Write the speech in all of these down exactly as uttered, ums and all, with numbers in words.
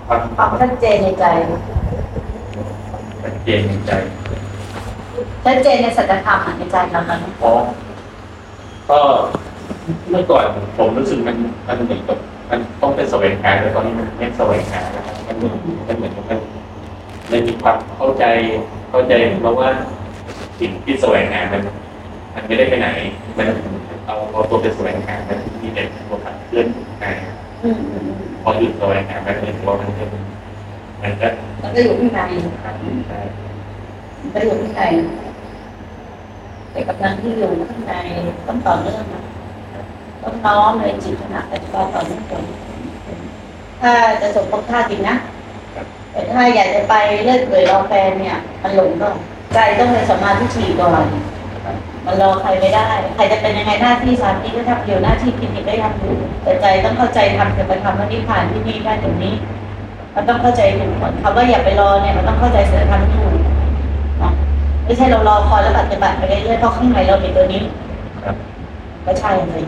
ความความชัดเจนในใจชัดเจนในใจชัดเจนในสัจธรรมในใจเรานั้นอ๋อก็เมื่อก่อนผมรู้สึกมันมันเหมือนกับมันต้องเป็นแสวงหาแต่ตอนนี้มันไม่แสวงหาแล้วมันเหมือนมันเหมือนมันมันมีความเข้าใจเข้าใจเพราะว่าสิ่งที่แสวงหามันมันไม่ได้ไปไหนมันเอาเอาตัวเป็นแสวงหามันมีแต่ตัวขับเคลื่อนหาพอหยุดแสวงหามันเลยว่ามันจะมันจะมันก็อยู่ข้างในมันก็อยู่ข้างในแต่กำลังที่อยู่ข้างในต้องต่อเนื่องนะต้องน้อมในจิตขณะปัจจุบันต่อเนื่องถ้าจะสมบูรณ์ท่าจริงนะแต่ถ้าอยากจะไปเลิกเบื่อรอแฟนเนี่ยมันหลงก็ใจต้องเป็นสมาธิถี่ก่อนมันรอใครไม่ได้ใครจะเป็นยังไงหน้าที่สามีก็ทำอยู่หน้าที่กินได้ทำอยู่แต่ใจต้องเข้าใจทำจะไปทำแล้วนิพพานที่นี่ได้ตรงนี้มันต้องเข้าใจถูกก่อนคำว่าอย่าไปรอเนี่ยมันต้องเข้าใจศีลธรรมถูกไม่ใช่เรารอคอยแล้วปฏิบัติไปเรื่อยๆเพราะข้างในเราเป็นตัวนี้ก็ใช่เลย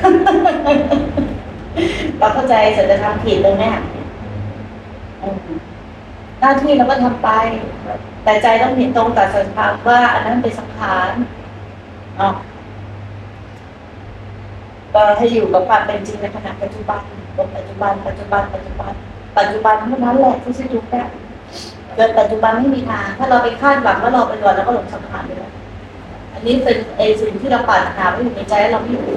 เราเข้าใจศีลธรรมผิดตรงนี้หน้าที่เราก็ทำไปแต่ใจต้องเห็นตรงกับสัจธรรมว่าอันนั้นเป็นสังขารเนาะก็ให้อยู่กับความเป็นจริงในขณะปัจจุบันตรงปัจจุบันปัจจุบันปัจจุบันปัจจุบันเท่านั้นแหละที่จะทุกข์ได้เกิดปัจจุบันไม่มีทางถ้าเราไปคาดหวังว่าเราไปรอแล้วก็หลงสังขารไปแล้วอันนี้เป็นไอ้สิ่งที่เราปรารถนาไว้อยู่ในใจแล้วเราไม่อยู่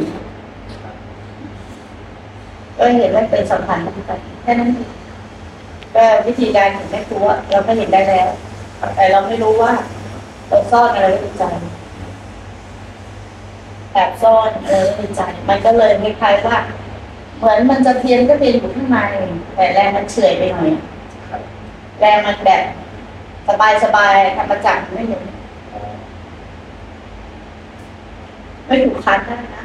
ก็เห็นว่าเป็นสังขารไปแค่นั้นก็วิธีการเห็นแม่ครัวเราก็เห็นได้แล้วแต่เราไม่รู้ว่าเราซ่อนอะไรไว้ในใจแอบซ่อนอะไรไว้ในใจมันก็เลยคล้ายๆว่าเหมือนมันจะเพียนก็เพียนอยู่ข้างในแต่แรงมันเฉื่อยไปหน่อยแรงมันแบบสบายๆทำประจักษ์ไม่เห็นไม่ถูกคันได้นะ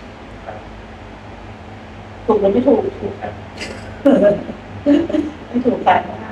ถูกหรือไม่ถูกถูกไม่ถูกคันได้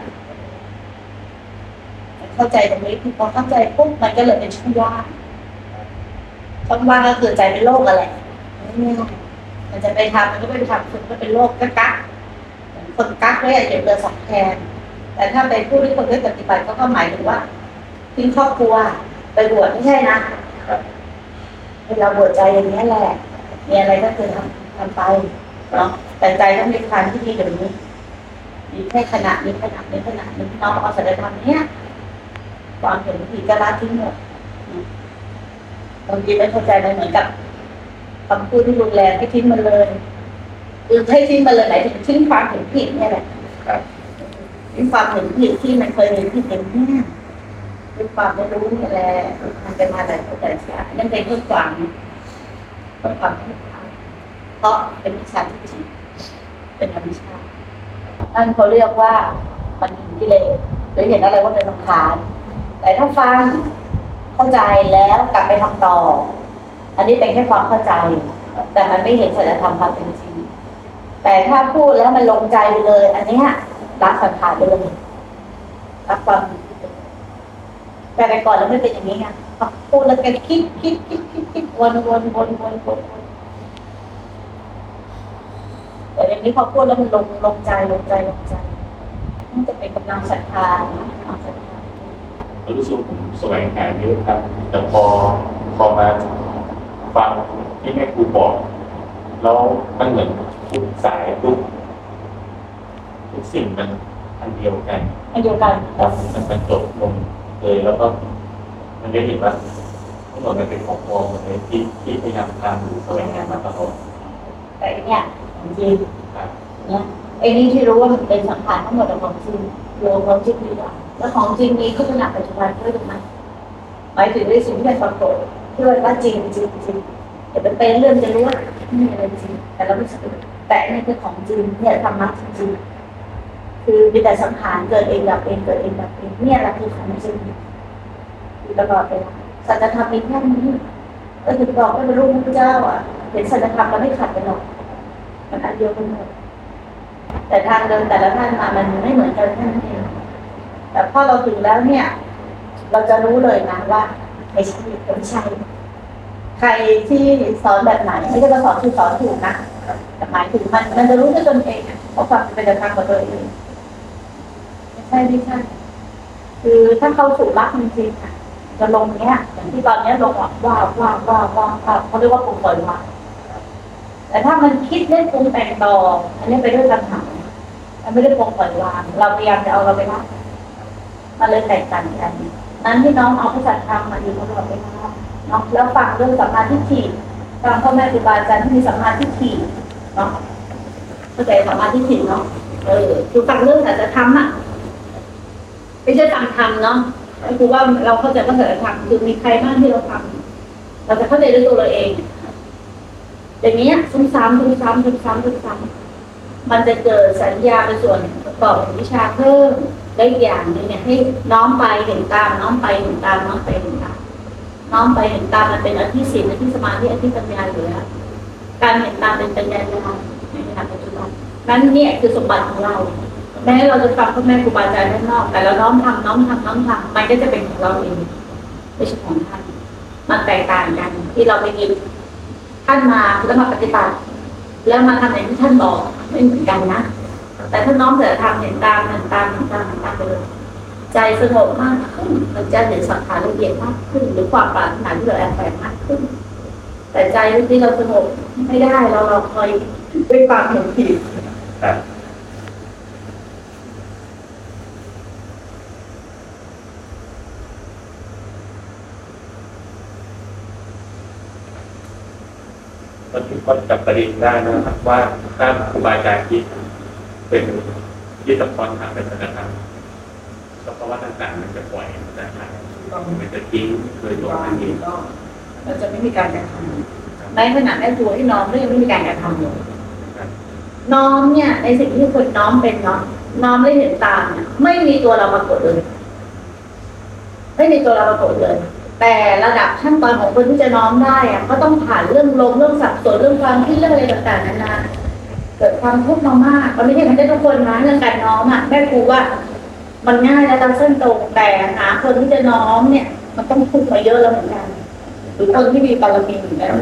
เข้าใจตรงนี้พอเข้าใจปุ๊บมันก็เลยเป็นช่องว่างช่องว่างก็คือใจเป็นโรคอะไรมันจะไปทำมันก็ไม่ไปทำคนก็เป็นโรคกักกักคนกักไว้เก็บเรือสองแทนแต่ถ้าไปพูดที่คนได้ปฏิบัติก็หมายถึงว่าทิ้งครอบครัวไปบวชไม่ใช่นะเราบวชใจอย่างนี้แหละมีอะไรก็คือทำทำไปเนาะแต่ใจต้องมีทางที่ดีเดี๋ยวนี้มีแค่ขณะนี้ขณะนี้ขณะนี้น้องเอาศัลยธรรมเนี้ยความเห็นผิดก็ละทิ้งหมดบางทีไม่เข้าใจเลยเหมือนกับคำพูดที่รุนแรงให้ทิ้งมันเลยคือให้ทิ้งมันเลยไหนถึงทิ้งความเห็นผิดเนี่ยแหละทิ้งความเห็นผิดที่มันเคยเห็นผิดอย่างนี้ทิ้งความไม่รู้นี่แหละมันเป็นมาแต่เข้าใจช้านั่นเป็นเรื่องความเป็นความผิดเพราะเป็นวิชาที่จริงเป็นอวิชชานั่นเขาเรียกว่ามันเห็นกิเลสหรือเห็นอะไรว่าเป็นสังขารแต่ถ้าฟังเข้าใจแล้วกลับไปทำต่ออันนี้เป็นแค่ความเข้าใจแต่มันไม่เห็นสัจธรรมความเป็นจริงแต่ถ้าพูดแล้วมันลงใจไปเลยอันนี้รักสังขารไปเลยรักความแต่แต่ก่อนเราไม่เป็นอย่างนี้ไงพูดแล้วแกคิดคิดคิดคิดคิดวนวนวนวนวนแต่อย่างนี้พอพูดแล้วมันลงลงใจลงใจลงใจมันจะเป็นกำลังศรัทธารู้สึกผมแสวงหาเยอะครับแต่พอพอมาฟังที่แม่ครูบอกแล้วมันเหมือนทุกสายทุกทุกสิ่งมันอันเดียวกันอันเดียวกันครับมันมันจบลงเลยแล้วก็มันได้เห็นว่าทั้งหมดมันเป็นของปลอมเลยที่ที่พยายามทำหรือแสวงหามาตลอดแต่เนี่ยจริงเนี่ยไอ้นี่ที่รู้ว่ามันเป็นสังขารทั้งหมดของจริงรวมของจริงดีกว่าแล้วของจริงนี้ก็ขณะปัจจุบันด้วยถูกไหมหมายถึงในสิ่งที่เป็นปรากฏที่ว่าจริงจริงจริงแต่เป็นเป็นเรื่องจะรู้ว่าไม่มีอะไรจริงแต่เราไม่ใช่แต่นี่คือของจริงเนี่ยธรรมะจริงคือมีแต่สังขารเกิดเองดับเองเกิดเองดับเองเนี่ยแหละคือของจริงอยู่ตลอดเวลาสัจธรรมเป็นแค่นี้ก็ถึงบอกว่าเป็นรูปพระเจ้าอ่ะเห็นสัจธรรมมันไม่ขัดกันหรอกมันอันเดียวกันหมดแต่ทางเดินแต่ละท่านมามันไม่เหมือนกันแค่นั้นเองแต่พอเราถึงแล้วเนี่ยเราจะรู้เลยนะว่าไม่ใช่ไม่ใช่ใครที่สอนแบบไหนไม่ใช่ว่าสอนคือสอนถูกนะแต่หมายถึงมันมันจะรู้ด้วยตนเองเพราะความเป็นธรรมกับตัวเองช่ไม่ใช่คือถ้าเขาสู่รักจริงๆอะจะลงเนี้ยอย่างที่ตอนนี้ลงว่าว้าวว้าวว้าวว้าวเขาเรียกว่าปรุงปล่อยวางแต่ถ้ามันคิดเล่นปรุงแต่งต่ออันนี้ไปด้วยปัญหามันไม่ได้ปรุงปล่อยวางเราพยายามจะเอาเราไปรักมาเลยแตกต่างกันนั้นที่น้องเอาพระสัจธรรมมาอยู่ตลอดเวลาเนาะแล้วฟังเรื่องสัมมาทิฏฐิฟังพ่อแม่ครูบาอาจารย์ที่มีสัมมาทิฏฐิเนาะเข้าใจสัมมาทิฏฐิเนาะเออคือฟังเรื่องสัจธรรมอ่ะไม่ใช่ฟังธรรมเนาะคือว่าเราเข้าใจว่าสัจธรรมคือมีใครบ้างที่เราทำเราจะเข้าใจด้วยตัวเราเองอย่างนี้ซ้ำซ้ำซ้ำซ้ำซ้ำซ้ำซ้ำมันจะเกิดสัญญาเป็นส่วนประกอบของวิชาเพิ่มได้อย่างหนึ่งเนี่ยให้น้อมไปเห็นตามน้อมไปเห็นตามน้อมไปเห็นตามน้อมไปเห็นตามมันเป็นอธิศีลอธิสมาธิอธิปัญญาอยู่แล้วการเห็นตามเป็นปัญญาญาณในขณะปัจจุบันนั้นเนี่ยคือสมบัติของเราแม้เราจะฟังพ่อแม่ครูบาอาจารย์ด้านนอกแต่เราน้อมทำน้อมทำน้อมทำมันก็จะเป็นของเราเองไม่ใช่ของท่านมันแตกต่างกันที่เราไปยินท่านมาแล้วมาปฏิบัติแล้วมาทำอย่างที่ท่านบอกไม่เหมือนกันนะแต่ถ้าน้อมเสือทำเห็นตามเห็นตามเห็นตามเห็นตามไปเลยใจสงบมากขึ้นมันจะเห็นสังขารละเอียดมากขึ้นหรือความปรารถนาที่เราแอบแฝงมากขึ้นแต่ใจที่เราสงบไม่ได้เราเราคอยด้วยความเห็นผิดก็คิดว่าจับประเด็นได้นะครับว่าถ้าครูบาอาจารย์คิดเป็นยึดซับซ้อนทางเป็นธรรมก็เพราะว่าต่างๆมันจะปล่อยมันจะหายมันจะทิ้งเคยตัวมันเองเราจะไม่มีการกระทำในขณะแม่ครัวที่น้อมก็ยังไม่มีการกระทำเลยน้อมเนี่ยในสิ่งที่คนน้อมเป็นเนาะน้อมได้เห็นตามเนี่ยไม่มีตัวเราปรากฏเลยไม่มีตัวเราปรากฏเลย แต่ระดับขั้นตอนของคนที่จะน้อมได้อะก็ต้องผ่านเรื่องลมเรื่องสับสนเรื่องความคิดเรื่องอะไรต่างๆนานาเกิดความทุกข์มามากมันไม่ใช่มันได้ทุกคนนะเรื่องการน้อมอ่ะแม่ครูว่ามันง่ายและตามเส้นตรงแต่หาคนที่จะน้อมเนี่ยมันต้องทุกข์มาเยอะแล้วเหมือนกันหรือคนที่มีบารมีเหมือนกัน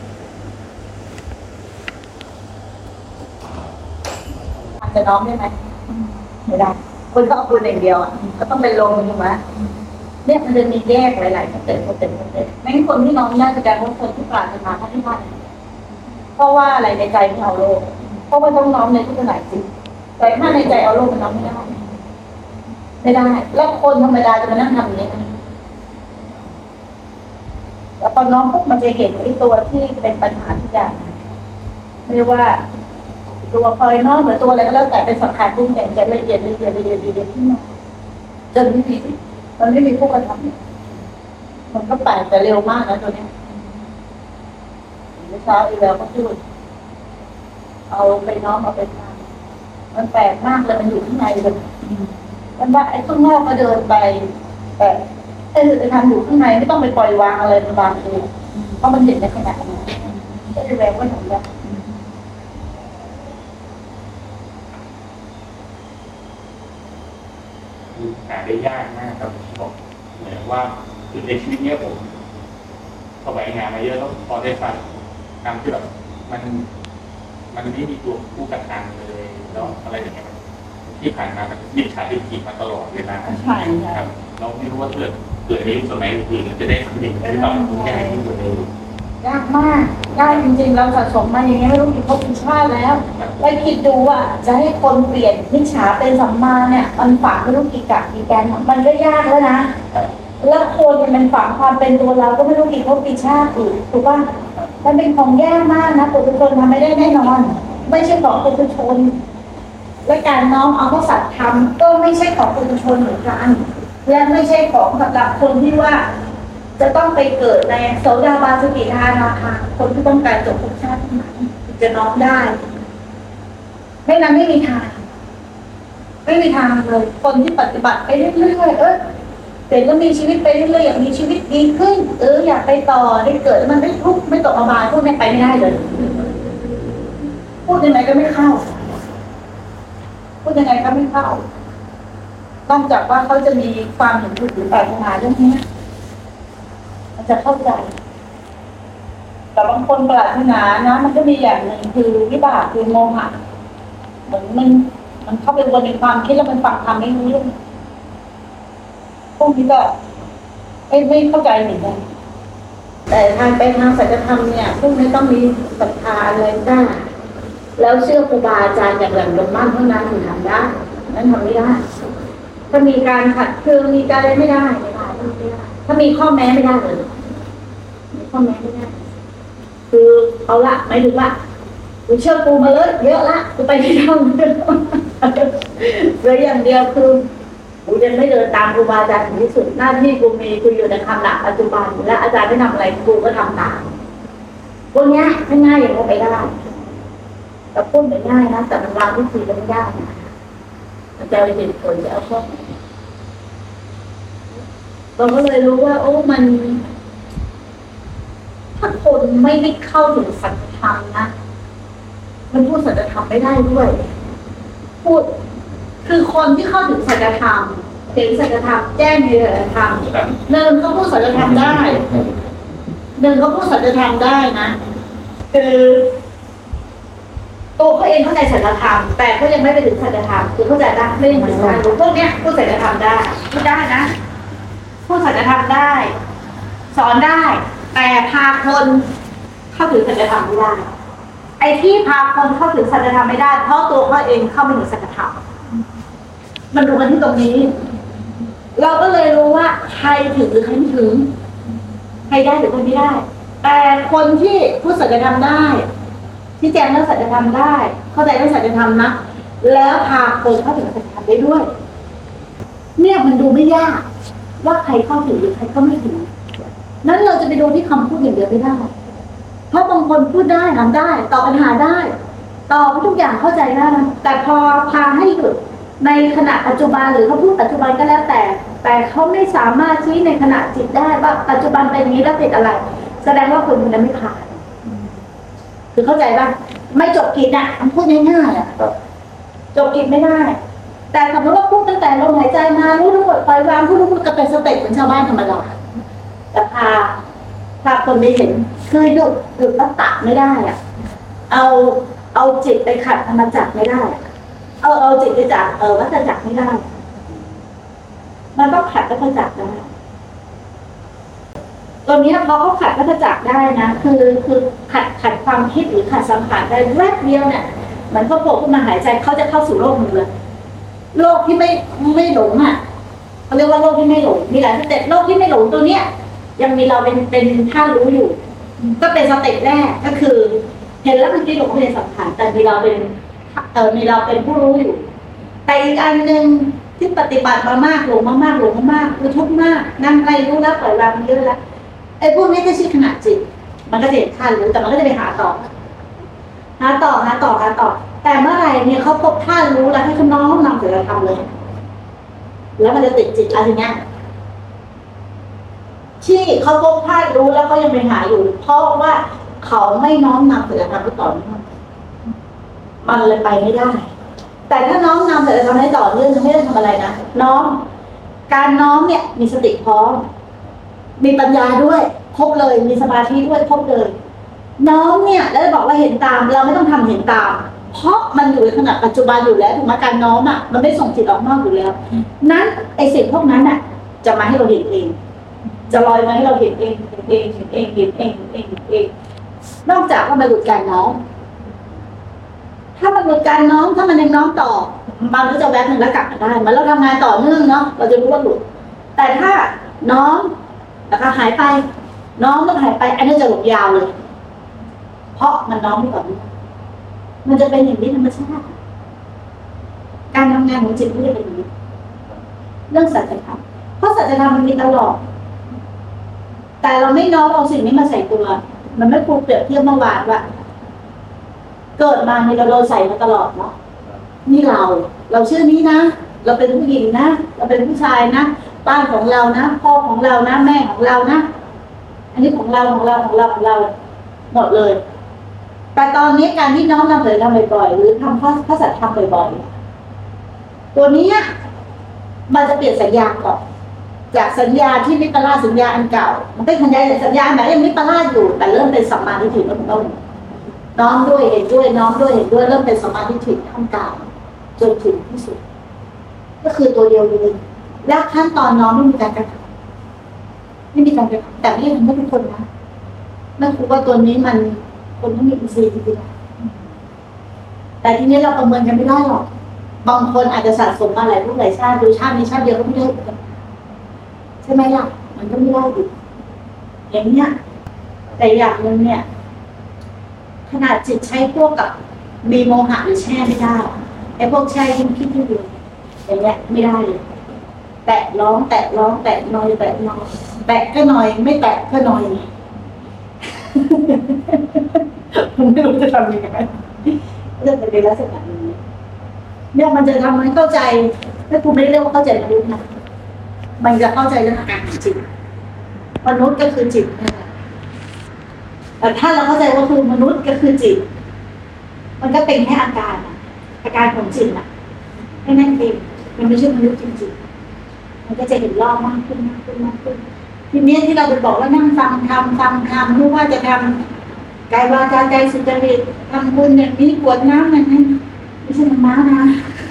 จะน้อมได้ไหมไม่ได้คนก็เอาบุญอย่างเดียวอ่ะก็ต้องเป็นลมถูกไหมเนี่ยมันจะมีแยกหลายๆสเต็ปสเต็ปสเต็ปไม่งั้นคนที่น้อมได้แสดงว่าคนที่ปรารถนาพระนิพพานเพราะว่าอะไรในใจไม่เอาโลกเพราะว่าต้องน้อมในทุกขณะจิตแต่ถ้าในใจเอาโลกมันน้อมไม่ได้ไม่ได้แล้วคนธรรมดาจะมานั่งทำอย่างนี้แล้วพอน้อมปุ๊บมันจะเห็นไอ้ตัวที่เป็นปัญหาทุกอย่างไม่ว่าตัวคอยน้อมหรือตัวอะไรก็แล้วแต่เป็นสังขารปรุงแต่งจะละเอียดละเอียดละเอียดละเอียดขึ้นมาจนไม่มีมันไม่มีผู้กระทำมันก็แปลกแต่เร็วมากนะตัวนี้เมื่อเช้าอีแล้วก็พูดเอาไปน้อมเอาไปทำมันแปลกมากเลยมันอยู่ข้างในเลยมันว่าไอ้ข้างนอกก็เดินไปแต่ไอ้จะทำอยู่ข้างในไม่ต้องไปปล่อยวางอะไรมันวางเองเพราะมันเห็นในขณะนั้นก็จะแววว่าทำได้หาได้ยากมากครับผมเหมือนว่าคือในชีวิตนี้ผมเข้าไปงานมาเยอะแล้วพอได้ฟังคำที่แบบมันมันไม่มีตัวผู้กระทำเลยแล้วอะไรอย่างเงี้ยที่ผ่านมามันมีฉาทิฏฐิมาตลอดเวลาใช่ครับเราไม่รู้ว่าเกิดเกิดในยุคสมัยอื่นจะได้เห็นที่เราแก้ที่ตัวเองยากมากยากจริงๆเราสะสมมาอย่างเงี้ยไม่รู้กี่ภพกี่ชาติแล้วไปคิดดูว่าจะให้คนเปลี่ยนมิจฉาเป็นสัมมาเนี่ยมันฝังไม่รู้กี่กะกี่แกนมันก็ยากแล้วนะแล้วคนมันฝังความเป็นตัวเราก็ไม่รู้กี่ภพกี่ชาติอีกถูกป่ะมันเป็นของยากมากนะปุถุชนทำไม่ได้แน่นอนไม่ใช่ของปุถุชนและการน้อมเอาพระสัจธรรมก็ไม่ใช่ของปุถุชนเหมือนกันและไม่ใช่ของสำหรับคนที่ว่าจะต้องไปเกิดในโสดาบันสกิทานาคาคนที่ต้องการจบภพชาตินั้นจะน้อมได้ไม่นั้นไม่มีทางไม่มีทางเลยคนที่ปฏิบัติไปเรื่อยๆเออเสร็จแล้วมีชีวิตไปเรื่อยๆอยากมีชีวิตดีขึ้นเอออยากไปต่อได้เกิดมันไม่ทุกข์ไม่ตกอบายพวกนี้ไปไม่ได้เลยพูดยังไงก็ไม่เข้าพูดยังไงก็ไม่เข้านอกจากว่าเขาจะมีความเห็นถูกหรือปรารถนาเรื่องนี้มันจะเข้าใจแต่บางคนปรารถนานะมันก็มีอย่างหนึ่งคือวิบากคือโมหะเหมือนมันมันเข้าไปวนในความคิดแล้วมันฟังทำไม่รู้เรื่องพวกนี้ก็ไม่ไม่เข้าใจเหมือนกันแต่ทางไปทางสัจธรรมเนี่ยพวกนี้ต้องมีศรัทธาอะไรได้แล้วเชื่อครูบาอาจารย์อย่างแหลมลงมั่นเท่านั้นถึงทำได้นั้นทำไม่ได้ถ้ามีการขัดเคืองมีการอะไรไม่ได้ไม่ได้ไม่ได้ถ้ามีข้อแม้ไม่ได้เลยมีข้อแม้ไม่ได้คือเอาละไม่ถึงว่ากูเชื่อกูมาเลยเยอะละกูไปที่ทำเหลืออย่างเดียวคือกูยังไม่เดินตามครูบาอาจารย์ถึงที่สุดหน้าที่กูมีกูอยู่ในคำหลักปัจจุบันและอาจารย์ไม่ทำอะไรกูก็ทำตามพวกนี้ง่ายๆอย่างนี้ไปได้แต่พูดไม่ง่ายนะแต่มันวางวิธีก็ไม่ยากนะมันจะไปเห็นผลจะเอาข้อเราก็เลยรู้ว่าโอ้มันถ้าคนไม่ได้เข้าถึงสัจธรรมนะมันพูดสัจธรรมไม่ได้ด้วยพูดคือคนที่เข้าถึงสัจธรรมเห็นสัจธรรมแจ้งในสัจธรรมหนึ่งเขาพูดสัจธรรมได้หนึ่งเขาพูดสัจธรรมได้นะคือตัวเขาเองเข้าใจสัจธรรมแต่เขายังไม่ไปถึงสัจธรรมคือเข้าใจได้ไม่ถึงสัจธรรมพวกเนี้ยพูดสัจธรรมได้พูดได้นะพูดสัจธรรมได้ สอนได้ แต่พาคนเข้าถึงสัจธรรมไม่ได้ไอ้ที่พาคนเข้าถึงสัจธรรมไม่ได้เพราะตัวเขาเองเข้าไม่ถึงสัจธรรมมันดูกันที่ตรงนี้ เราก็เลยรู้ว่าใครถึงหรือใครไม่ถึงใครได้หรือใครไม่ได้ แต่คนที่พูดสัจธรรมได้ที่แจ้งเรื่องสัจธรรมได้ เข้าใจเรื่องสัจธรรมนะแล้วพาคนเข้าถึงสัจธรรมได้ด้วย เนี่ยมันดูไม่ยากว่าใครเข้าถึงหรือใครเข้าไม่ถึงนั้นเราจะไปดูที่คำพูดอย่างเดียวไม่ได้เพราะบางคนพูดได้ทำได้ตอบปัญหาได้ตอบทุกอย่างเข้าใจได้แต่พอพาให้หยุดในขณะปัจจุบันหรือเขาพูดปัจจุบันก็แล้วแต่แต่เขาไม่สามารถชี้ในขณะจิตได้ว่าปัจจุบันเป็นอย่างนี้แล้วติดอะไรแสดงว่าคนคนนั้นไม่ผ่านคือเข้าใจป่ะไม่จบกิจอ่ะมันพูดง่ายๆอ่ะจบกิจไม่ได้แต่สมมติว่าพูดตั้งแต่ลมหายใจมารู้ทั้งหมดปล่อยวางพูดพูดก็เป็นสเต็ปเหมือนชาวบ้านธรรมดาแต่พาพาคนไม่เห็นคือหยุดหยุดวัฏฏะไม่ได้อ่ะเอาเอาจิตไปขัดธรรมจักรไม่ได้เอาเอาจิตไปจากเออวัฏจักรไม่ได้มันต้องขัดวัฏจักรได้ตรงนี้พอเขาขัดวัฏจักรได้นะคือคือขัดขัดความคิดหรือขัดสังขารได้แวบเดียวเนี่ยเหมือนเขาโผล่ขึ้นมาหายใจเขาจะเข้าสู่โลกหนึ่งเลยโลกที่ไม่ไม่หลงอ่ะเขาเรียกว่าโลกที่ไม่หลงมีหลายสเต็ปโลกที่ไม่หลงตัวเนี้ยยังมีเราเป็นเป็นท่ารู้อยู่ก็เป็นสเต็ปแรกก็คือเห็นแล้วมันที่หลงไม่ได้สังขารแต่มีเราเป็นเออมีเราเป็นผู้รู้อยู่แต่อีกอันหนึ่งที่ปฏิบัติมามากหลงมามากหลงมามากคือทุกข์มากนั่งไรรู้แล้วปล่อยวางเยอะแล้วไอ้พวกนี้ก็ชื่อขนาดจิตมันก็จะเห็นท่ารู้แต่มันก็จะไปหาต่อหาต่อหาต่อหาต่อแต่เมื่อไหร่เนี่ยเขาพบท่ารู้แล้วให้เขาน้อมนำเสร็จแล้วทำเลยแล้วมันจะติดจิตอะไรเงี้ยที่เขาพบท่ารู้แล้วเขายังไปหาอยู่เพราะว่าเขาไม่น้อมนำเสร็จแล้วทำไปต่อเนื่องมันเลยไปไม่ได้แต่ถ้าน้อมนำเสร็จแล้วทำให้ต่อเนื่องจะไม่ได้ทำอะไรนะน้อมการน้อมเนี่ยมีสติพร้อมมีปัญญาด้วยครบเลยมีสมาธิด้วยครบเลยน้อมเนี่ยแล้วบอกว่าเห็นตามเราไม่ต้องทำเห็นตามเพราะมันอยู่ในขณะปัจจุบันอยู่แล้วถูกไหมการน้อมอ่ะมันไม่ส่งจิตออกนอกอยู่แล้วนั้นไอ้สิ่งพวกนั้นอ่ะจะมาให้เราเห็นเองจะลอยมาให้เราเห็นเองเห็นเองเห็นเองเห็นเองเองเองนอกจากว่ามันหลุดการน้อมถ้ามันหลุดการน้อมถ้ามันยังน้อมต่อมันก็จะแวบหนึ่งแล้วกลับมาได้เหมือนเราทำงานต่อเนื่องเนาะเราจะรู้ว่าหลุดแต่ถ้าน้อมแล้วก็หายไปน้อมแล้วหายไปอันนี้จะหลงยาวเลยเพราะมันน้อมไม่ต่อเนื่องมันจะเป็นอย่างนี้ธรรมชาติการทำงานของจิตไม่ได้เป็นอย่างนี้เรื่องสัจธรรมเพราะสัจธรรมมันมีตลอดแต่เราไม่น้อมเอาสิ่งนี้มาใส่ตัวมันไม่คูเปรียบเทียบเมื่อวานว่าเกิดมาเนี่ยเราโดนใส่มาตลอดเนาะนี่เราเราชื่อนี้นะเราเป็นผู้หญิงนะเราเป็นผู้ชายนะบ้านของเรานะพ่อของเรานะแม่ของเรานะอันนี้ของเราของเราของเราของเราหมดเลยแต่ตอนนี้การที่น้อมนำเลยทำบ่อยๆหรือทำพระพระสัจธรรมบ่อยๆตัวนี้มันจะเปลี่ยนสัญญาก่อนจากสัญญาที่วิปลาสสัญญาอันเก่ามันเป็นสัญญาสัญญาแบบยังวิปลาสอยู่แต่เริ่มเป็นสัมมาทิฏฐิแล้วเป็นต้นน้อมด้วยเห็นด้วยน้อมด้วยเห็นด้วยเริ่มเป็นสัมมาทิฏฐิขั้นกลางจนถึงที่สุดก็คือตัวเดียวเลยและขั้นตอนน้องไม่มีการกระทำไม่มีการกระทำแต่ไม่ได้ทำให้ทุกคนนะนั่นคือว่าตัวนี้มันคนต้องมีอินทรีย์จริงๆแต่ทีนี้เราประเมินกันไม่ได้หรอกบางคนอาจจะสะสมมาหลายรูปหลายชาติโดยชาตินี้ชาติเดียวก็ไม่ได้ใช่ไหมล่ะมันก็ไม่ได้อีกอย่างเนี้ยแต่อย่างหนึ่งเนี่ยขนาดจิตใช้พวกกับมีโมหะหรือแช่ไม่ได้ไอ้พวกแช่ยิ่งคิดยิ่งเดียวอย่างเงี้ยไม่ได้เลยแตะร้องแตะร้องแตะนอยแตะนอยแตะก็นอยไม่แตะก็นอยผมไม่รู้จะทำยังไงเรื่องเป็นลักษณะนี้เนี่ยมันจะทำให้เข้าใจถ้าคุณไม่ได้เรียกว่าเข้าใจมนุษย์นะมันจะเข้าใจเรื่องอาการของจิตมนุษย์ก็คือจิตแต่ถ้าเราเข้าใจว่าคือมนุษย์ก็คือจิตมันก็เป็นแค่อาการอาการของจิตน่ะแค่นั้นเองมันไม่ใช่มนุษย์จริงๆมันก็จะเห็นรอบมากขึ้นมากขึ้นมากขึ้นทีนี้ที่เราไปบอกว่านั่งฟังทำฟังทำรู้ว่าจะทำกายวาจาใจสุจริตทำบุญอย่างนี้กวดน้ำอย่างนั้นไม่ใช่ธรรมะนะ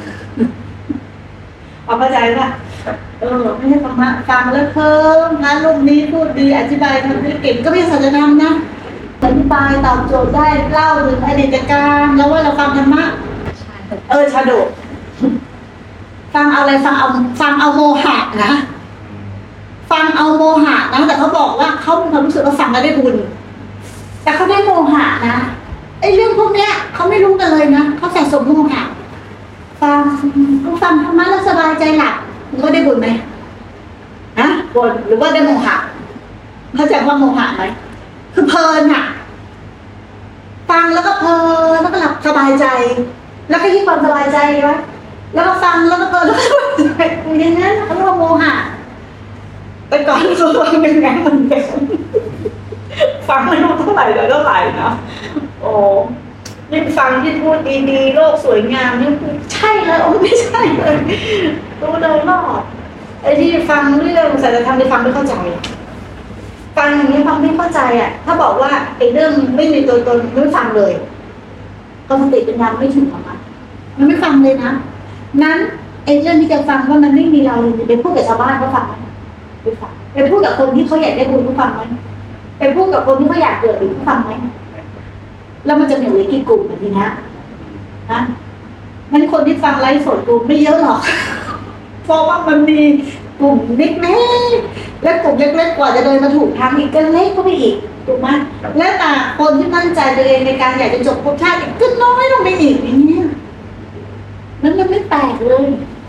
เอาเข้าใจป่ะเออไม่ใช่ธรรมะฟังแล้วเพิ่มพระรูปนี้พูดดีอธิบายทำให้เก่งก็ไม่สัจธรรมนะอธิบายตอบโจทย์ได้เล่าถึงอดีตการแล้วว่าเราฟังธรรมะเออชาดกฟังเอาอะไรฟังเอาฟังเอาโมหะนะฟังเอาโมหะนะแต่เขาบอกว่าเขามีความรู้สึกว่าฟังแล้วได้บุญแต่เขาได้โมหะนะไอ้เรื่องพวกเนี้ยเขาไม่รู้กันเลยนะเขาสะสมโมหะฟังเขาฟังธรรมะแล้วสบายใจหลับมันก็ได้บุญไหมฮะบุญหรือว่าได้โมหะเข้าใจว่าโมหะไหมคือเพลินอะฟังแล้วก็เพลินแล้วก็หลับสบายใจแล้วก็ยิ่งความสบายใจวะแล้วก็ฟังแล้วก็เพลินแล้วก็สบายใจอย่างนั้นเขาเรียกว่าโมหะแต่ก่อนเขาฟังเป็นไงมันเป็นฟังไม่รู้เท่าไหร่เลยเท่าไหร่นะโอ้ยิ่งฟังที่พูดดีๆโลกสวยงามนี่ใช่เลยโอ้ไม่ใช่เลยรู้เลยรอดไอ้ที่ฟังเรื่องศัลยธรรมที่ฟังไม่เข้าใจฟังอย่างนี้ฟังไม่เข้าใจอ่ะถ้าบอกว่าไอ้เรื่องไม่มีตัวตนไม่ฟังเลยก็สติปัญญาไม่ถึงหรอกมันไม่ฟังเลยนะนั้นไอ้เรื่องที่จะฟังว่ามันไม่มีเราเลยไปพูดกับชาวบ้านเขาฟังไหมไปฟังไปพูดกับคนที่เขาอยากได้บุญเขาฟังไหมไปพูดกับคนที่เขาอยากเกิดหรือเขาฟังไหมแล้วมันจะเหลือกี่กลุ่มแบบนี้นะนะมันคนที่ฟังไลฟ์สดกูไม่เยอะหรอกเพราะว่ามันมีกลุ่มเล็กๆและกลุ่มเล็กๆกว่าจะเดินมาถูกทางอีกก็เล็กก็ไปอีกถูกไหมและแต่คนที่มั่นใจตัวเองในการอยากจะจบภพชาติอีกก็น้อยลงไปอีกอย่างนี้นั้นมันไม่แปลกเลย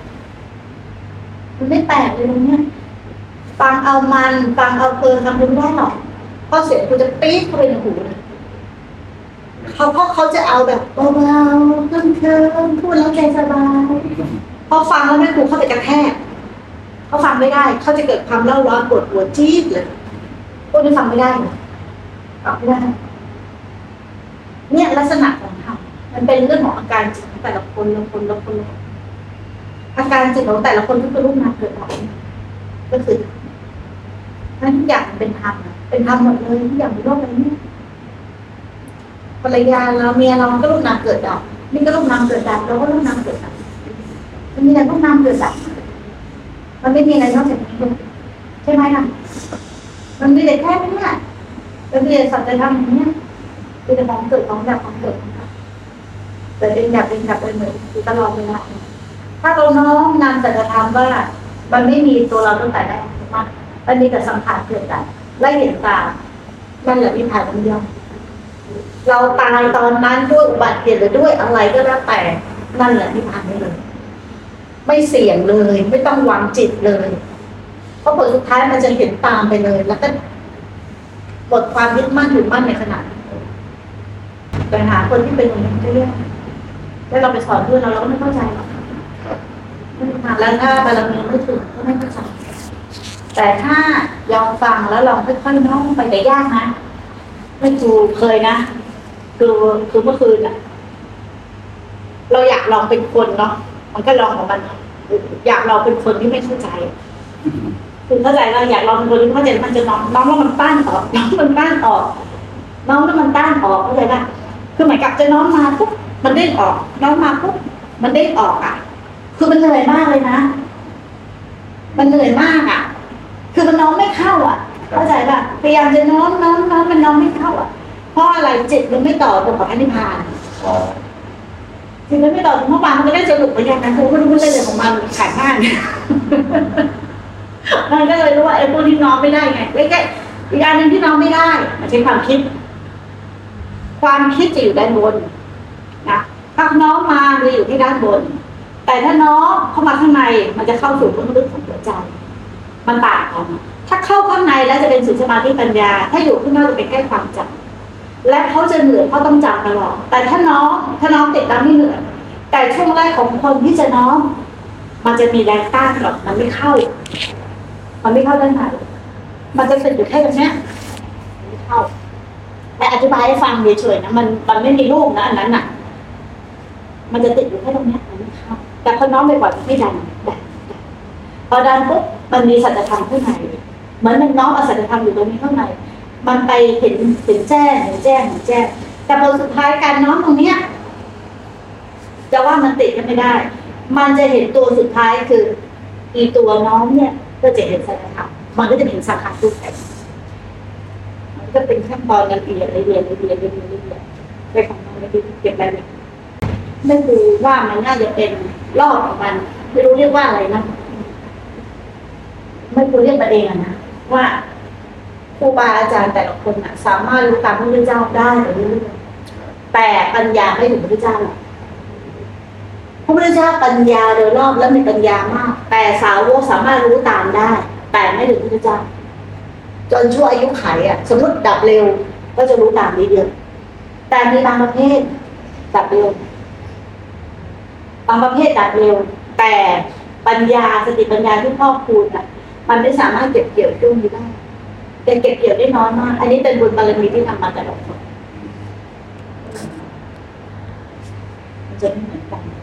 มันไม่แปลกเลยตรงนี้ฟังเอามันฟังเอาเพลินทำบุญได้หรอกเพราะเสียงคุณจะปี๊ดเข้าไปในหูนะเขาเพราะเขาจะเอาแบบเบาๆเคลิ้มๆพูดแล้วใจสบายพอฟังแล้วแม่ครูเขาจะกระแทกเขาฟังไม่ได้เขาจะเกิดความเล่าร้อนปวดหัวจี๊ดเลยพวกนี้ฟังไม่ได้ฟังไม่ได้เนี่ยลักษณะของธรรมมันเป็นเรื่องของอาการจิตของแต่ละคนละคนละคนอาการจิตของแต่ละคนก็คือรูปนามเกิดออกก็คือนั่นทุกอย่างเป็นธรรมเป็นธรรมหมดเลยทุกอย่างในโลกนี้ภรรยาเราเมียเราก็รูปนามเกิดดับนี่ก็รูปนามเกิดดับเราก็รูปนามเกิดดับมันมีแต่รูปนามเกิดดับมันไม่มีอะไรนอกจากนี้เลยใช่ไหมล่ะมันมีแต่แค่นี้แหละมันมีแต่สัจธรรมอย่างนี้เป็นแต่ของเกิดของดับของเกิดของดับแต่เป็นดับเป็นดับเป็นเหมือนอยู่ตลอดเวลาถ้าเราน้อมนำสัจธรรมว่ามันไม่มีตัวเราตั้งแต่แรกถูกไหมมันมีแต่สังขารเกิดดับไล่เห็นตานั่นแหละวิภาคมันย่อมเราตายตอนนั้นด้วยอุบัติเหตุหรือด้วยอะไรก็แล้วแต่นั่นแหละนิพพานได้เลยไม่เสี่ยงเลยไม่ต้องวางจิตเลยเพราะผลสุดท้ายมันจะเห็นตามไปเลยแล้วก็หมดความยึดมั่นถือมั่นในขณะไปหาคนที่เป็นอย่างนี้เรื่อยๆแล้วเราไปสอนเพื่อนเราเราก็ไม่เข้าใจหรอกแล้วถ้าบารมีไม่ถึงก็ไม่เข้าใจแต่ถ้าลองฟังแล้วลองค่อยๆน้อมไปแต่ยากนะไม่ครูเคยนะคือคือเมื่อคืนอะเราอยากลองเป็นคนเนาะมันก็ลองของมันอยากลองเป็นคนที่ไม่เข้าใจคือเข้าใจเราอยากลองเป็นคนที่เข้าใจมันจะน้องน้องแล้วมันต้านออกน้องมันต้านออกน้องแล้วมันต้านออกเข้าใจป่ะคือเหมือนกับจะน้องมาปุ๊บมันเด้งออกน้องมาปุ๊บมันเด้งออกอ่ะ คือมันเหนื่อยมากเลยนะ มันเหนื่อยมากอ่ะ คือมันน้อมไม่เข้าอ่ะ เข้าใจป่ะพยายามจะน้อมน้อมน้อมมันน้อมไม่เข้าอ่ะ เพราะอะไรจิตมันไม่ต่อตรงกับพระนิพพานจิตมันไม่ต่อตรงเมื่อวานมันก็ได้สรุปเหมือนกันนะคือไม่รู้เรื่องอะไรของมันขาดหน้าเนี่ยมันก็เลยรู้ว่าไอ้พวกที่น้อมไม่ได้ไงไม่ใช่อีกอันหนึ่งที่น้อมไม่ได้มันใช้ความคิด ความคิดจะอยู่ด้านบนนะถ้าน้อมมาจะอยู่ที่ด้านบน แต่ถ้าน้อมเข้ามาข้างในมันจะเข้าสู่พื้นลึกของหัวใจมันต่างกันถ้าเข้าข้างในแล้วจะเป็นสุสมาธิปัญญาถ้าอยู่ข้างนอกจะเป็นแค่ความจำและเขาจะเหนื่อยเพราะต้องจำตลอดแต่ถ้าน้อมถ้าน้อมติดตามไม่เหนื่อยแต่ช่วงแรกของคนที่จะน้อมมันจะมีแรงต้านก่อนมันไม่เข้ามันไม่เข้าด้านในมันจะติดอยู่แค่ตรงนี้ไม่เข้าแต่อธิบายให้ฟังเฉยๆนะมันมันไม่มีรูปนะอันนั้นน่ะมันจะติดอยู่แค่ตรงนี้มันไม่เข้าแต่พอน้อมไปบ่อยมันไม่ดันดันพอดันปุ๊บมันมีสัจธรรมข้างในเหมือนมันน้อมเอาสัจธรรมอยู่ตรงนี้ข้างในมันไปเห็นเห็นแจ้งเห็นแจ้งเห็นแจ้งแต่พอสุดท้ายการน้อมตรงเนี้ยจะว่ามันติดก็ไม่ได้มันจะเห็นตัวสุดท้ายคืออีตัวน้อมเนี่ยก็จะเห็นสัจธรรมมันก็จะเห็นสังขารทุกข์มันก็เป็นขั้นตอนละเอียดละเอียดละเอียดละเอียดละเอียดไปของมันไม่ได้เก็บรายละเอียดไม่รู้ว่ามันน่าจะเป็นรอบของมันไม่รู้เรียกว่าอะไรนะไม่รู้เรียกประเด็นนะว่าครูบาอาจารย์แต่ละคนนะสามารถรู้ตามพระพุทธเจ้าได้หรือไม่แต่ปัญญาไม่ถึงพระพุทธเจ้าหรอกพระพุทธเจ้าปัญญาโดยรอบและมีปัญญามากแต่สาวกสามารถรู้ตามได้แต่ไม่ถึงพระพุทธเจ้าจนชั่วอายุไขอ่ะสมมติดับเร็วก็จะรู้ตามนิดเดียวแต่มีบางประเภทดับเร็วบางประเภทดับเร็วแต่ปัญญาสติปัญญาที่พ่อคูณอ่ะมันไม่สามารถเก็บเกี่ยวช่วงนี้ได้แต่เก็บเกี่ยวได้น้อยมากอันนี้เป็นบุญบารมีที่ทำมาแต่ละคนมันจะไม่เหมือนกัน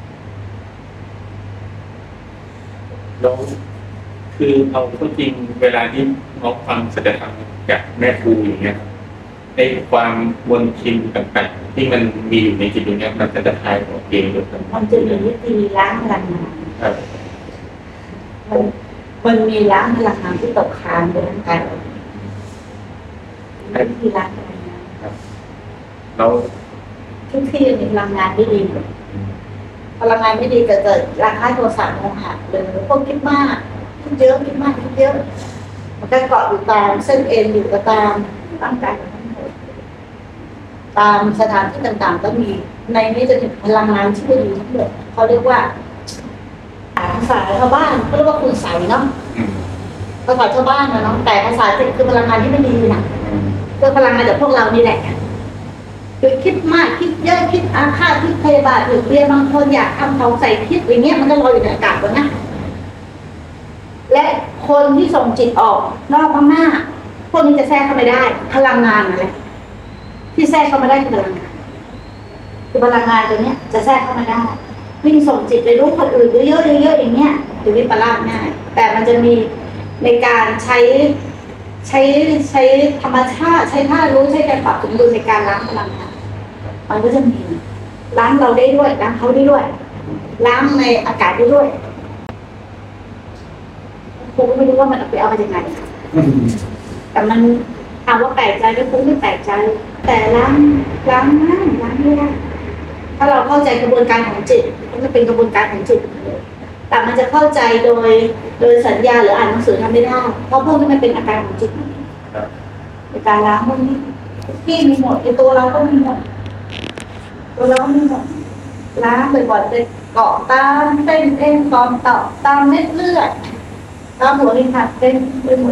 แล้วคือเอาเข้าจริงเวลาที่น้องฟังสัจธรรมจากแม่ครูอย่างเงี้ยในความวนชินต่างๆที่มันมีอยู่ในจิตตรงนี้มันจะคลายออกเองหรือเปล่ามันจะมีวิธีล้างพลังงานมันมันมีล้างพลังงานที่ตกค้างในร่างกายวิธีล้างพลังงานเราทุกที่มีพลังงานไม่ดีพลังงานไม่ดีเกิดเกิดราคาโทสะโมหะหรือพวกคิดมากคิดเยอะคิดมากคิดเยอะมันก็เกาะอยู่ตามเส้นเอ็นอยู่ก็ตามร่างกายทั้งหมดตามสถานที่ต่างๆก็มีในนี้จะถึงพลังงานที่ไม่ดีทั้งหมดเขาเรียกว่าภาษาชาวบ้านเขาเรียกว่าคุณใสเนาะภาษาชาวบ้านนะเนาะแต่ภาษาจริงคือพลังงานที่ไม่ดีนะคือพลังงานจากพวกเรานี่แหละคือคิดมากคิดเยอะคิดอาฆาตคิดพยาบาทหรือเรียนบางคนอยากทำเขาใส่คิดอย่างเงี้ยมันก็ลอยอยู่ในอากาศวะนะและคนที่ส่งจิตออกนอกข้างหน้าพวกนี้จะแทรกเข้าไม่ได้พลังงานอะไรที่แทรกเข้ามาได้คือพลังงานคือพลังงานตัวเนี้ยจะแทรกเข้ามาได้วิ่งส่งจิตไปรู้คนอื่นเยอะๆเยอะๆอย่างเงี้ยจะวิปลาสง่ายแต่มันจะมีในการใช้ใช้ใช้ธรรมชาติใช้ท่ารู้ใช้การปรับสมดุลในการล้างพลังงานมันก็จะมีล้างเราได้ด้วยล้างเขาได้ด้วยล้างในอากาศได้ด้วยผมก็ไม่รู้ว่ามันเอาไปเอามาจากไหนแต่มันถามว่าแปลกใจก็คงไม่แปลกใจแต่ล้างล้างง่ายล้างไม่ได้ถ้าเราเข้าใจกระบวนการของจิตมันจะเป็นกระบวนการของจิตแต่มันจะเข้าใจโดยโดยสัญญาหรืออ่านหนังสือทำไม่ได้เพราะพวกนี้มันเป็นอาการของจิตในการล้างพวกนี้ที่มีหมดในตัวเราก็มีหมดตัวเราก็มีหมดล้างบ่อยๆจะเกาะตามเส้นเอ็นตอมต่อตามเม็ดเลือดตามหัวหินหัดเส้นไปหมด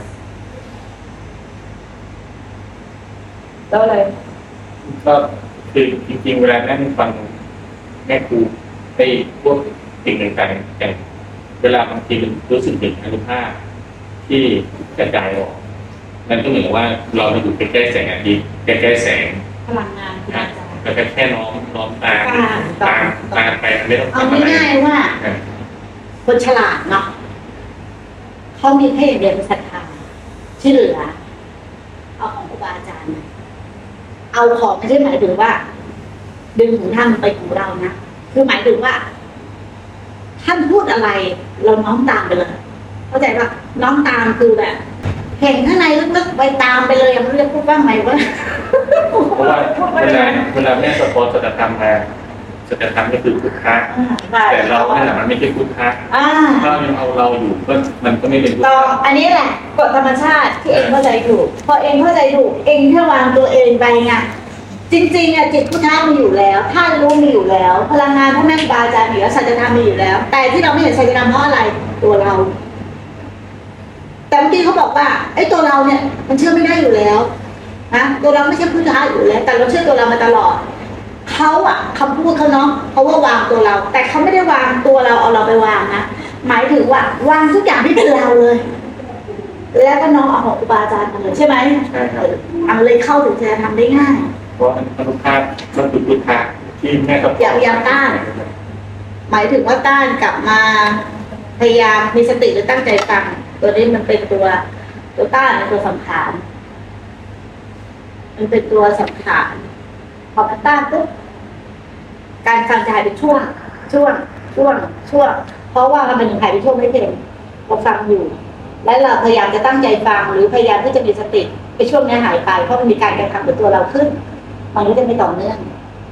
แล้วอะไรก็คือจริงๆเวลานั่งฟังแม่ครูไอ้พวกสิ่งต่างๆอย่างเวลาบางทีมันรู้สึกถึงอนุภาพที่กระจายออกมันก็เหมือนว่าเราอยู่ใกล้ๆแสงอาทิตย์ใกล้ๆแสงพลังงานนะแล้วก็แค่น้อมน้อมตามตามตามไปไม่ต้องทำอะไรเอาง่ายๆว่าคนฉลาดเนาะเขามีแค่อย่างเดียวเป็นศรัทธาที่เหลือเอาของครูบาอาจารย์เอาของไม่ใช่หมายถึงว่าดึงของท่านไปของเรานะคือหมายถึงว่าท่านพูดอะไร เราน้อมตามไปเลยเข้าใจปะน้อมตามคือแบบเห็นข้างในลึกๆไปตามไปเลยยังไม่รู้จะพูดว่าไงวะเพราะว่าเวลาเวลาแม่สะโพกจะทำมาจะทำก็คือพุทธะแต่เราเนี่ยมันไม่ใช่พุทธะถ้ายังเอาเราอยู่ก็มันก็ไม่เป็นพุทธะอันนี้แหละกฎธรรมชาติที่เองเข้าใจถูกพอเองเข้าใจถูกเองแค่วางตัวเองไปไงจริงๆอ่ะจิตพุทธะมีอยู่แล้วธาตุรู้มีอยู่แล้ว พลังงานพระแม่ครูบาอาจารย์มีแล้วสัจธรรมมีอยู่แล้ว แต่ที่เราไม่เห็นสัจธรรมเพราะอะไรตัวเราแต่เมื่อกี้เขาบอกว่าไอ้ตัวเราเนี่ยมันเชื่อไม่ได้อยู่แล้วนะตัวเราไม่ใช่พุทธะอยู่แล้วแต่เราเชื่อตัวเรามาตลอดเขาอะคำพูดเขาเนาะเขาว่าวางตัวเรา แต่เขาไม่ได้วางตัวเราเอาเราไปวางนะหมายถึงว่าวางทุกอย่างที่เป็นเราเลยแล้วก็น้องเอาของครูบาอาจารย์มาเลยใช่ไหมใช่ครับเอาเลยเข้าถึงจะทำได้ง่ายเพราะอนุภาพมันคือพุทธะที่แม่ครับอย่างอย่างต้านหมายถึงว่าต้านกลับมาพยายามมีสติหรือตั้งใจฟังตัวนี้มันเป็นตัวตัวต้านเป็นตัวสังขารมันเป็นตัวสังขารพอมันต้านปุ๊บการฟังจะหายไปช่วงช่วงช่วงช่วงเพราะว่ามันถึงหายไปช่วงไม่เต็มเราฟังอยู่และเราพยายามจะตั้งใจฟังหรือพยายามที่จะมีสติไปช่วงนี้หายไปเพราะมันมีการกระทำกับตัวเราขึ้นมันก็จะไม่ต่อเนื่อง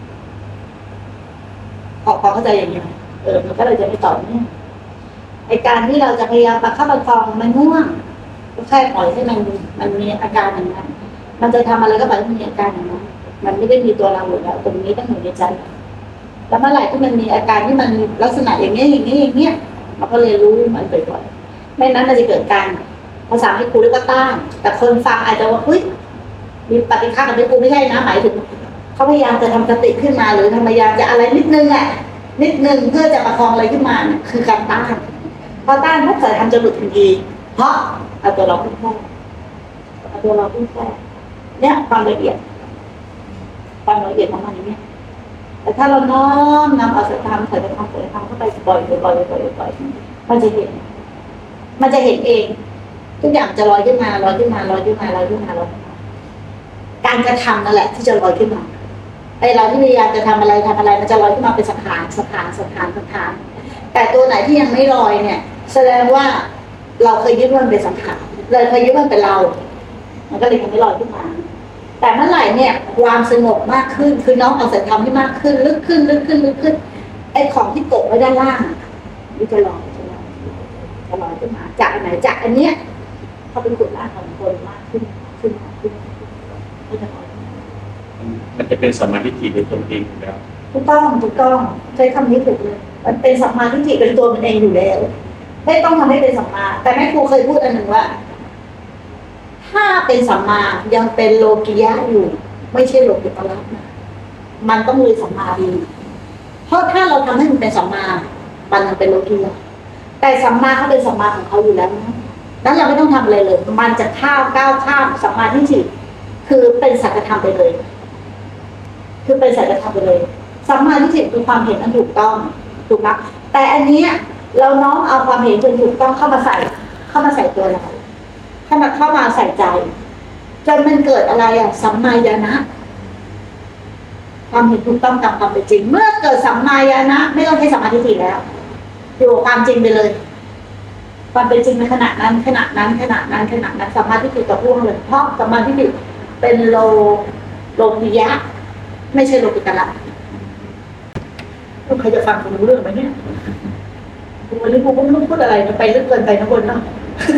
พอพอเข้าใจอย่างนี้เออมันก็เลยจะไม่ต่อเนื่องไอการที่เราจะพยายามประคับประคองมันง่วงก็แค่ปล่อยให้มันมันมีอาการอย่างนั้นมันจะทำอะไรก็ปล่อยให้มันมีอาการอย่างนั้นมันไม่ได้มีตัวเราอยู่แล้วตรงนี้ต้องอยู่ในใจแล้วเมื่อไหร่ที่มันมีอาการที่มันลักษณะอย่างนี้อย่างนี้อย่างเนี้ยเราก็เลยรู้มันบ่อยๆไม่นั้นมันจะเกิดการภาษาให้ครูเรียกว่าต้านแต่คนฟังอาจจะว่าเฮ้ยมีปฏิฆากับไม่ครูไม่ใช่นะหมายถึงเขาพยายามจะทำสติขึ้นมาหรือพยายามจะอะไรนิดนึงอ่ะนิดนึงเพื่อจะประคองอะไรขึ้นมาเนี่ยคือการต้านพอต้านพวกสายทำจะหลุดทันทีเพราะเอาตัวเราขึ้นแท้เอาตัวเราขึ้นแท้เนี่ยความละเอียดความละเอียดของมันอย่างนี้แต่ถ้าเราน้อมนำเอาสายธรรมสายธรรมสายธรรมเข้าไปบ่อยๆบ่อยๆบ่อยๆบ่อยๆมันจะเห็นมันจะเห็นเองทุกอย่างจะลอยขึ้นมาลอยขึ้นมาลอยขึ้นมาลอยขึ้นมาลอยขึ้นมาการกระทำนั่นแหละที่จะลอยขึ้นมาไอเราที่พยายามจะทำอะไรทำอะไรมันจะลอยขึ้นมาเป็นสังขารสังขารสังขารสังขารแต่ตัวไหนที่ยังไม่ลอยเนี่ยแสดงว่าเราเคยยึดมันเป็นสังขารเลยเคยยึดมันเป็นเรามันก็เลยยังไม่ลอยขึ้นมาแต่เมื่อไหร่เนี่ยความสงบมากขึ้นคือน้องเอาสัจธรรมที่มากขึ้นลึกขึ้นลึกขึ้นลึกขึ้นไอของที่กดไว้ด้านล่างนี่จะลอยจะลอยจะลอยขึ้นมาจากอันไหนจากอันเนี้ยเขาเป็นกฎล่างของคนมากขึ้นขึ้นขึ้นก็จะลอยมันจะเป็นสมาธิในตัวเองอยู่แล้วถูกต้องถูกต้องใช้คำนี้ถูกเลยมันเป็นสัมมาทิฏฐิเป็นตัวมันเองอยู่แล้วไม่ต้องทำให้เป็นสัมมาแต่แม่ครูเคยพูดอันหนึ่งว่าถ้าเป็นสัมมายังเป็นโลกิยะอยู่ไม่ใช่โลกุตระนะมันต้องเลยสัมมาดีเพราะถ้าเราทำให้มันเป็นสัมมามันยังเป็นโลกิยะแต่สัมมาเขาเป็นสัมมาของเขาอยู่แล้วนะนั้นเราไม่ต้องทำอะไรเลยมันจะข้าวก้าวข้ามสัมมาทิฏฐิคือเป็นสัจธรรมไปเลยคือเป็นสัจธรรมไปเลยสัมมาทิฏฐิคือความเห็นอันถูกต้องถูกไหมแต่อันนี้เราน้อมเอาความเห็นจนถูกต้องเข้ามาใส่เข้ามาใส่ตัวเราเข้ามาเข้ามาใส่ใจจนมันเกิดอะไรอ่ะสัมมาญาณะความเห็นถูกต้องตามความเป็นจริงเมื่อเกิดสัมมาญาณะไม่ต้องใช้สัมมาทิฏฐิแล้วอยู่ความจริงไปเลยความเป็นจริงในขณะนั้นขณะนั้นขณะนั้นขณะนั้นสัมมาทิฏฐิต่อพ่วงเลยเพราะสัมมาทิฏฐิเป็นโลโลกิยะไม่ใช่โลกุตระใครจะฟังผมรู้เรื่องไหมเนี่ยวันนี้ผมก็ไม่รู้พูดอะไรนะไปลึกเกินไปนะบนเนาะ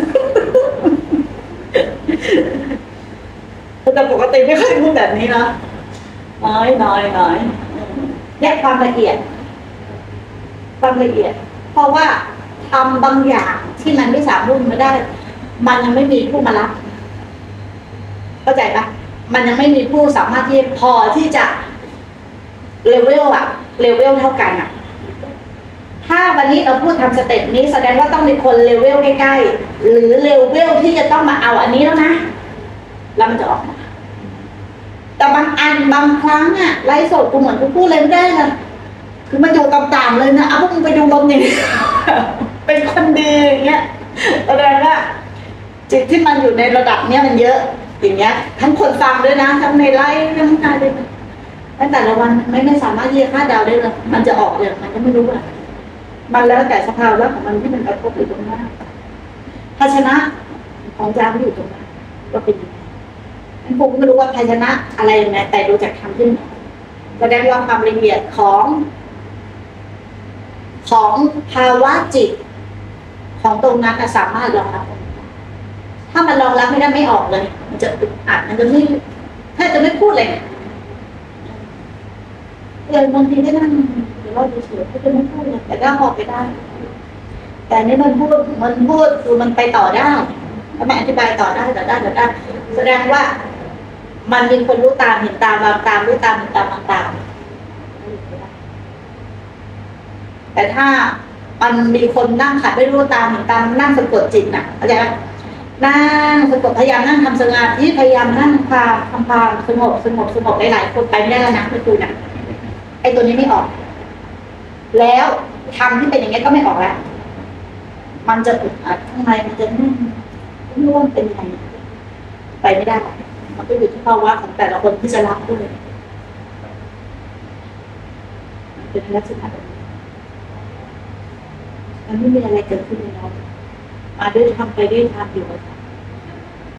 แต่ปกติไม่ค่อยพูดแบบนี้เนาะน้อยน้อยน้อยเนี่ยความละเอียดความละเอียดเพราะว่าทำบางอย่างที่มันไม่สามารถมาได้มันยังไม่มีผู้มารับเข้าใจปะมันยังไม่มีผู้สามารถที่พอที่จะเลเวลอะเลเวลเท่ากันอะถ้าวันนี้เราพูดทำสเต็ปนี้แสดงว่าต้องมีคนเลเวลใกล้ๆหรือเลเวลที่จะต้องมาเอาอันนี้แล้วนะแล้วมันจะออกมาแต่บางอันบางครั้งอะไลฟ์สดกูเหมือนกูพูดเลยไม่ได้นะคือมันอยู่ต่ำๆเลยนะเอาพวกมึงไปดูลมอย่างนี้เป็นคนดีอย่างเงี้ยแสดงว่าจิตที่มันอยู่ในระดับเนี้ยมันเยอะอย่างเงี้ยทั้งคนฟังด้วยนะทั้งในไลฟ์ทั้งอะไรด้วยแสและแต่ละวันไม่ไม่สามารถที่จะคาดเดาได้เลยมันจะออกอย่างมันก็ไม่รู้อ่ะมันแล้วแต่สภาวะของมันที่มันกระทบอยู่ตรงหน้าภาชนะของจามอยู่ตรงนั้นก็เป็นยังไงอันผมก็ไม่รู้ว่าภาชนะอะไรยังไงแต่ดูจากทำขึ้นแสดงว่าความละเอียดของ ของภาวะจิตของตรงนั้นสามารถรองรับถ้ามันรองรับไม่ได้ไม่ออกเลยมันจะอึดอัดมันจะไม่แทบจะไม่พูดเลยเออบางทีก็นั่งหรือว่าดูเฉยก็จะไม่พูดเลยแต่ก็ออกไปได้แต่นี่มันพูดมันพูดคือมันไปต่อได้แล้วมันอธิบายต่อได้ต่อได้ต่อได้แสดงว่ามันมีคนรู้ตามเห็นตามวางตามรู้ตามเห็นตามวางตามแต่ถ้ามันมีคนนั่งขัดไม่รู้ตามเห็นตามนั่งสะกดจิตน่ะเข้าใจไหมนั่งสะกดพยายามนั่งทำสมาธิพยายามนั่งพาทำพาสงบสงบสงบหลายๆคนไปไม่ได้แล้วนะไม่ดูนะไอ้ตัวนี้ไม่ออกแล้วทำที่เป็นอย่างนี้ก็ไม่ออกแล้วมันจะอึดอัดข้างในมันจะนุ่มร่วมเป็นไงไปไม่ได้มันก็อยู่ที่ภาวะของแต่ละคนที่จะรับด้วยมันเป็นลักษณะมันไม่มีอะไรเกิดขึ้นในเรามาด้วยทำไปด้วยทำอยู่